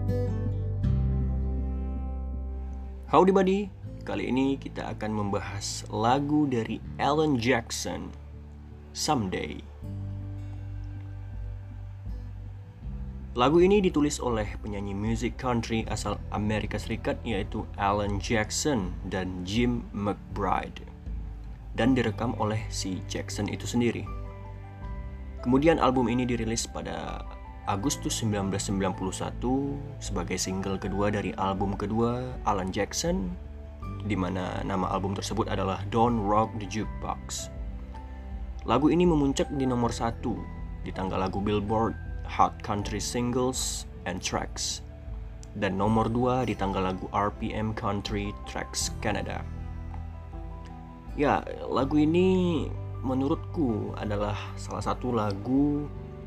Howdy buddy, kali ini kita akan membahas lagu dari Alan Jackson, Someday. Lagu ini ditulis oleh penyanyi musik country asal Amerika Serikat yaitu Alan Jackson dan Jim McBride, dan direkam oleh si Jackson itu sendiri. Kemudian album ini dirilis pada Agustus 1991 sebagai single kedua dari album kedua Alan Jackson, di mana nama album tersebut adalah Don't Rock the Jukebox. Lagu ini memuncak di nomor 1 di tangga lagu Billboard Hot Country Singles and Tracks dan nomor 2 di tangga lagu RPM Country Tracks Canada. Ya, lagu ini menurutku adalah salah satu lagu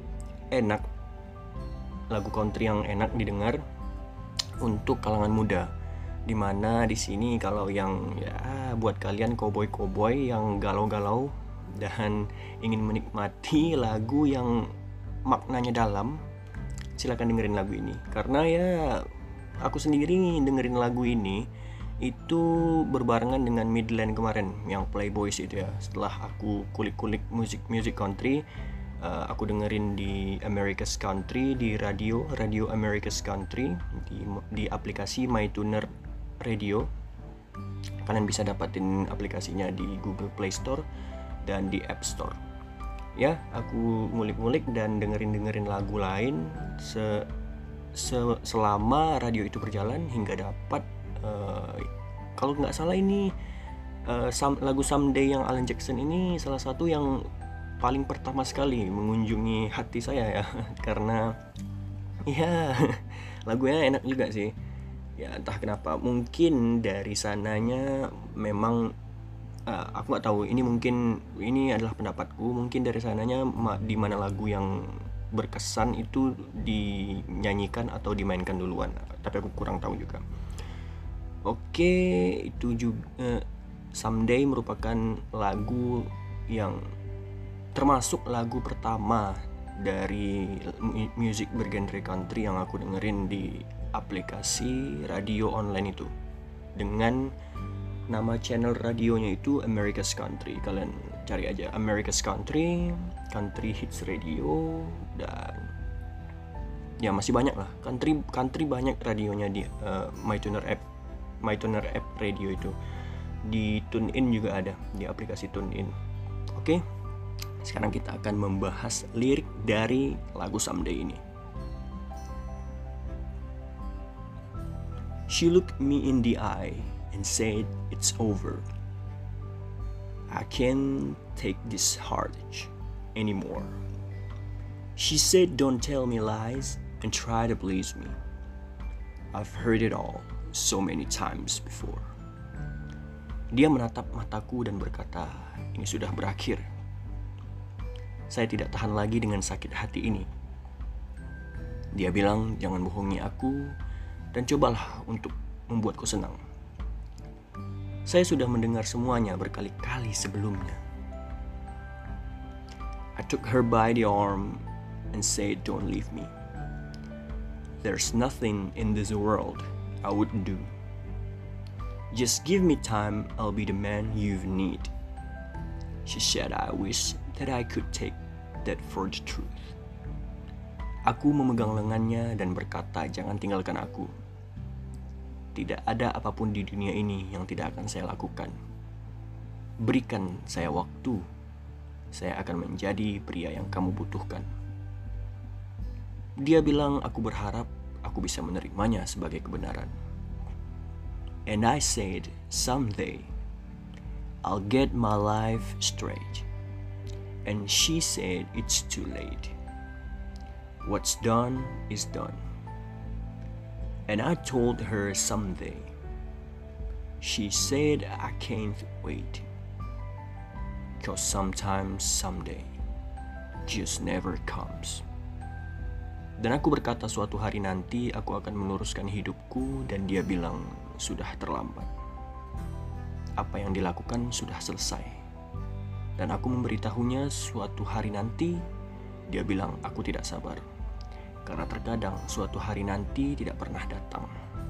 country yang enak didengar untuk kalangan muda. Dimana di sini kalau yang buat kalian cowboy yang galau-galau dan ingin menikmati lagu yang maknanya dalam, silakan dengerin lagu ini. Karena aku sendiri dengerin lagu ini itu berbarengan dengan Midland kemarin yang Playboys itu ya. Setelah aku kulik-kulik musik country, aku dengerin di America's Country, di radio America's Country, di aplikasi MyTuner Radio. Kalian bisa dapatin aplikasinya di Google Play Store dan di App Store. Ya, aku ngulik-ngulik dan dengerin lagu lain selama radio itu berjalan hingga dapat kalau nggak salah ini lagu Someday yang Alan Jackson ini salah satu yang paling pertama sekali mengunjungi hati saya ya, karena lagunya enak juga sih. Ya entah kenapa, mungkin dari sananya memang aku nggak tahu, ini adalah pendapatku, mungkin dari sananya di mana lagu yang berkesan itu dinyanyikan atau dimainkan duluan, tapi aku kurang tahu juga. Oke, itu juga Someday merupakan lagu yang termasuk lagu pertama dari musik bergenre country yang aku dengerin di aplikasi radio online itu, dengan nama channel radionya itu America's Country. Kalian cari aja America's Country, Country Hits Radio, dan ya masih banyak lah, country banyak radionya di MyTuner app radio itu. Di TuneIn juga ada, di aplikasi TuneIn. Oke. Sekarang kita akan membahas lirik dari lagu Someday ini. She looked me in the eye and said it's over. I can't take this heartache anymore. She said don't tell me lies and try to please me. I've heard it all so many times before. Dia menatap mataku dan berkata, ini sudah berakhir. Saya tidak tahan lagi dengan sakit hati ini. Dia bilang jangan bohongi aku dan cobalah untuk membuatku senang. Saya sudah mendengar semuanya berkali-kali sebelumnya. I took her by the arm and said don't leave me. There's nothing in this world I wouldn't do. Just give me time, I'll be the man you need. She said I wish that I could take that for the truth. Aku memegang lengannya dan berkata, jangan tinggalkan aku. Tidak ada apapun di dunia ini yang tidak akan saya lakukan. Berikan saya waktu. Saya akan menjadi pria yang kamu butuhkan. Dia bilang, aku berharap aku bisa menerimanya sebagai kebenaran. And I said, someday I'll get my life straight. And she said it's too late. What's done is done. And I told her someday. She said I can't wait. 'Cause sometimes someday just never comes. Dan aku berkata suatu hari nanti aku akan meneruskan hidupku, dan dia bilang sudah terlambat. Apa yang dilakukan sudah selesai. Dan aku memberitahunya suatu hari nanti, dia bilang aku tidak sabar. Karena terkadang suatu hari nanti tidak pernah datang.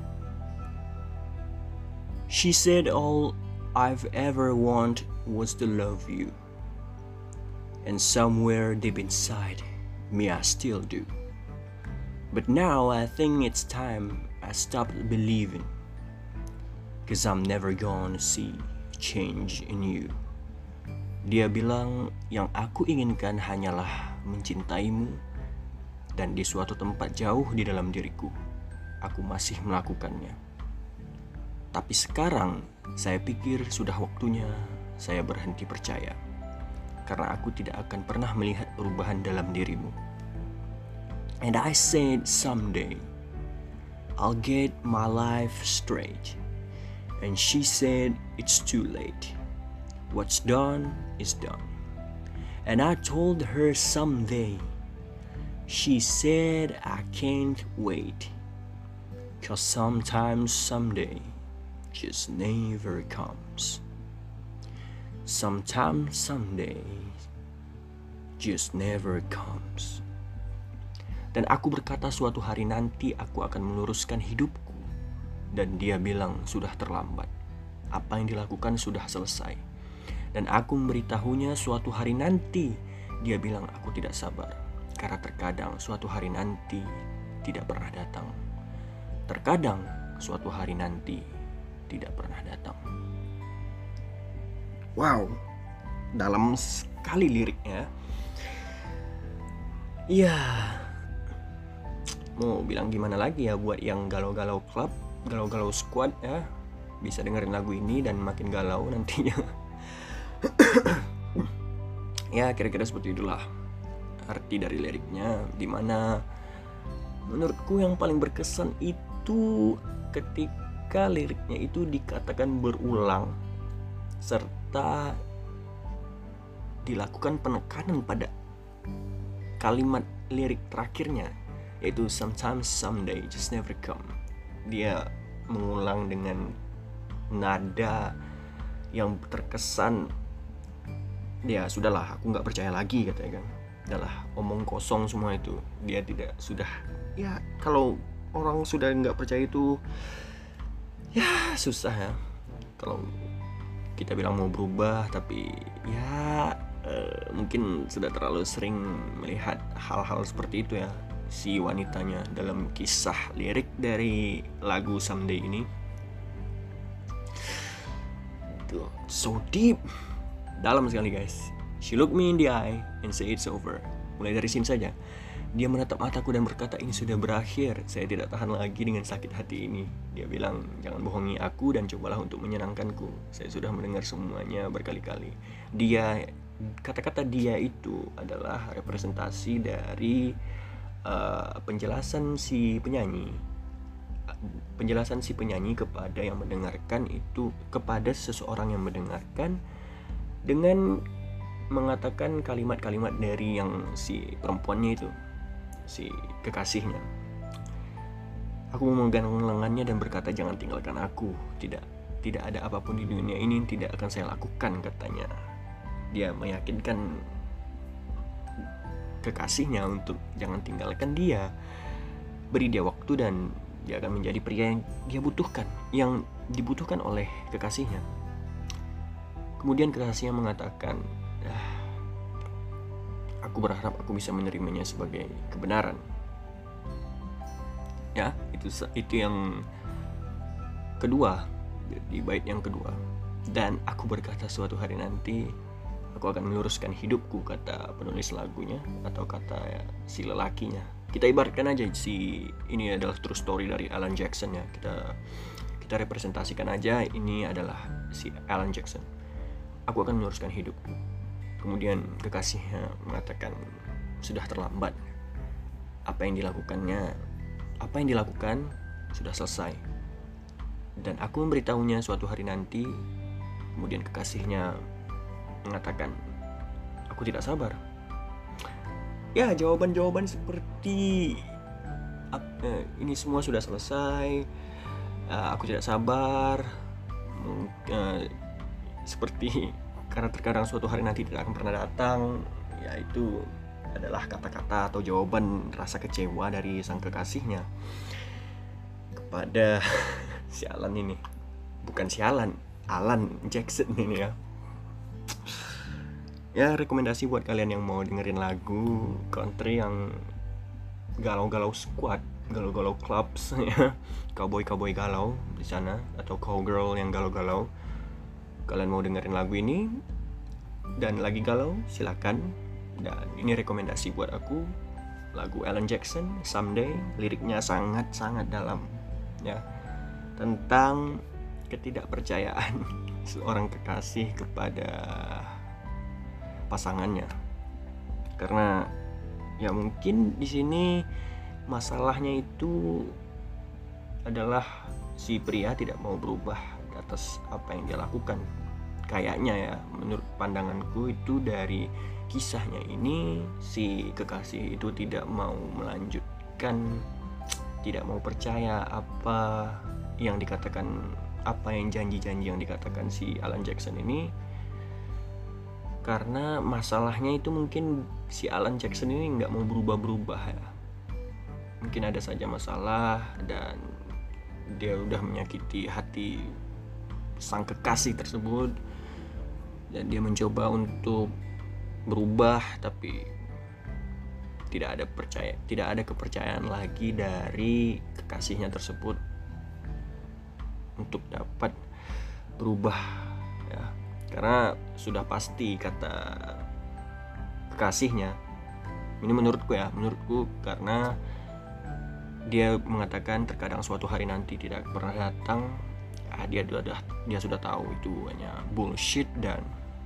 She said all I've ever wanted was to love you. And somewhere deep inside me I still do. But now I think it's time I stopped believing. 'Cause I'm never gonna see change in you. Dia bilang yang aku inginkan hanyalah mencintaimu, dan di suatu tempat jauh di dalam diriku, aku masih melakukannya. Tapi sekarang saya pikir sudah waktunya saya berhenti percaya, karena aku tidak akan pernah melihat perubahan dalam dirimu. And I said someday I'll get my life straight. And she said it's too late. What's done is done. And I told her someday. She said I can't wait. 'Cause sometimes someday just never comes. Sometimes someday just never comes. Dan aku berkata suatu hari nanti aku akan meluruskan hidupku. Dan dia bilang sudah terlambat. Apa yang dilakukan sudah selesai. Dan aku memberitahunya suatu hari nanti. Dia bilang aku tidak sabar. Karena terkadang suatu hari nanti tidak pernah datang. Terkadang suatu hari nanti tidak pernah datang. Wow, dalam sekali liriknya. Ya, mau bilang gimana lagi ya buat yang galau-galau club, galau-galau squad ya, bisa dengerin lagu ini dan makin galau nantinya. Ya kira-kira seperti itulah arti dari liriknya, dimana menurutku yang paling berkesan itu ketika liriknya itu dikatakan berulang serta dilakukan penekanan pada kalimat lirik terakhirnya, yaitu sometimes someday just never come. Dia mengulang dengan nada yang terkesan, ya sudahlah aku gak percaya lagi katanya kan, adalah omong kosong semua itu. Dia tidak sudah, ya kalau orang sudah gak percaya itu ya susah ya. Kalau kita bilang mau berubah tapi ya mungkin sudah terlalu sering melihat hal-hal seperti itu ya si wanitanya dalam kisah lirik dari lagu Someday ini. Itu so deep, dalam sekali guys. She looked me in the eye and said it's over. Mulai dari sini saja. Dia menatap mataku dan berkata ini sudah berakhir. Saya tidak tahan lagi dengan sakit hati ini. Dia bilang jangan bohongi aku dan cobalah untuk menyenangkanku. Saya sudah mendengar semuanya berkali-kali. Dia, kata-kata dia itu adalah representasi dari penjelasan si penyanyi. Penjelasan si penyanyi kepada yang mendengarkan itu, kepada seseorang yang mendengarkan, dengan mengatakan kalimat-kalimat dari yang si perempuannya itu, si kekasihnya. Aku memegang lengannya dan berkata jangan tinggalkan aku. Tidak ada apapun di dunia ini tidak akan saya lakukan, katanya. Dia meyakinkan kekasihnya untuk jangan tinggalkan dia. Beri dia waktu dan dia akan menjadi pria yang dia butuhkan, yang dibutuhkan oleh kekasihnya. Kemudian kekasihnya mengatakan, aku berharap aku bisa menerimanya sebagai kebenaran. Ya, itu yang kedua, di bait yang kedua. Dan aku berkata suatu hari nanti aku akan meluruskan hidupku, kata penulis lagunya, atau kata si lelakinya. Kita ibaratkan aja ini adalah true story dari Alan Jackson ya. Kita representasikan aja ini adalah si Alan Jackson. Aku akan meluruskan hidupku. Kemudian kekasihnya mengatakan sudah terlambat. Apa yang dilakukan sudah selesai. Dan aku memberitahunya suatu hari nanti. Kemudian kekasihnya mengatakan aku tidak sabar. Ya, jawaban-jawaban seperti ini semua sudah selesai, aku tidak sabar, seperti karena terkadang suatu hari nanti tidak akan pernah datang. Ya itu adalah kata-kata atau jawaban rasa kecewa dari sang kekasihnya kepada si Alan ini. Bukan si Alan Jackson ini ya. Ya, rekomendasi buat kalian yang mau dengerin lagu country yang galau-galau squad, galau-galau clubs ya. Cowboy galau di sana atau cowgirl yang galau-galau. Kalian mau dengerin lagu ini dan lagi galau, silakan. Dan ini rekomendasi buat aku, lagu Alan Jackson Someday. Liriknya sangat-sangat dalam ya, tentang ketidakpercayaan seorang kekasih kepada pasangannya. Karena ya mungkin di sini masalahnya itu adalah si pria tidak mau berubah atas apa yang dia lakukan. Kayaknya ya, menurut pandanganku itu dari kisahnya ini, si kekasih itu tidak mau melanjutkan, tidak mau percaya apa yang dikatakan, apa yang janji-janji yang dikatakan si Alan Jackson ini. Karena masalahnya itu mungkin si Alan Jackson ini nggak mau berubah-berubah ya. Mungkin ada saja masalah dan dia udah menyakiti hati sang kekasih tersebut, dan dia mencoba untuk berubah tapi tidak ada kepercayaan lagi dari kekasihnya tersebut untuk dapat berubah ya. Karena sudah pasti kata kekasihnya, ini menurutku karena dia mengatakan terkadang suatu hari nanti tidak pernah datang. Dia sudah tahu itu hanya bullshit, dan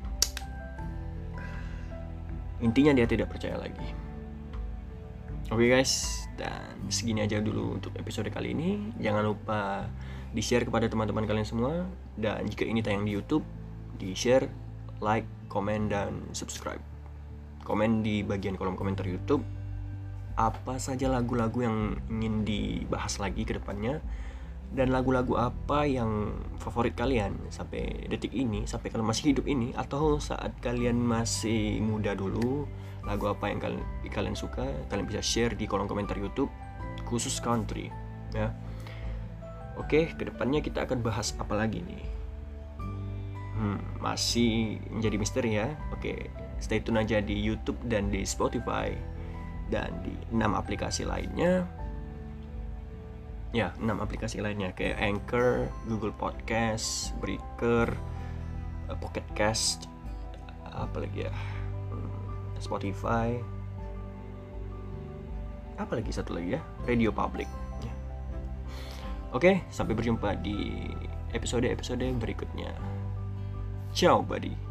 intinya dia tidak percaya lagi. Oke guys, dan segini aja dulu untuk episode kali ini. Jangan lupa di-share kepada teman-teman kalian semua, dan jika ini tayang di YouTube, di-share, like, komen, dan subscribe. Komen di bagian kolom komentar YouTube apa saja lagu-lagu yang ingin dibahas lagi ke depannya, dan lagu-lagu apa yang favorit kalian sampai detik ini, sampai kalian masih hidup ini, atau saat kalian masih muda dulu. Lagu apa yang kalian suka, kalian bisa share di kolom komentar YouTube khusus country ya. Oke, kedepannya kita akan bahas apa lagi nih? Masih menjadi misteri ya. Oke, stay tune aja di YouTube dan di Spotify dan di 6 aplikasi lainnya. Ya, 6 aplikasi lainnya kayak Anchor, Google Podcast, Breaker, Pocket Cast, apa lagi ya? Spotify. Apa lagi satu lagi ya? Radio Public. Ya. Oke, sampai berjumpa di episode-episode berikutnya. Ciao, buddy.